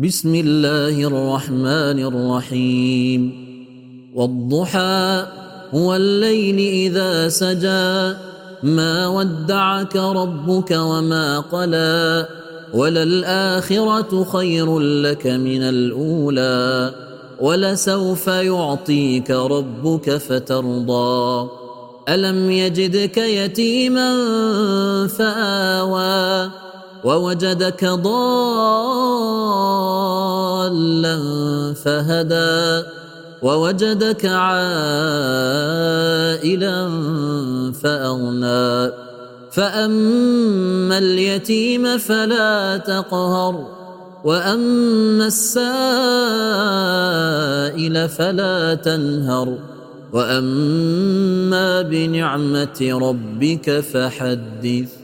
بسم الله الرحمن الرحيم والضحى والليل إذا سجى ما ودعك ربك وما قلى وللآخرة خير لك من الأولى ولسوف يعطيك ربك فترضى ألم يجدك يتيما فآوى ووجدك ضالا فهدى ووجدك عائلا فأغنى فأما اليتيم فلا تقهر وأما السائل فلا تنهر وأما بنعمة ربك فحدث.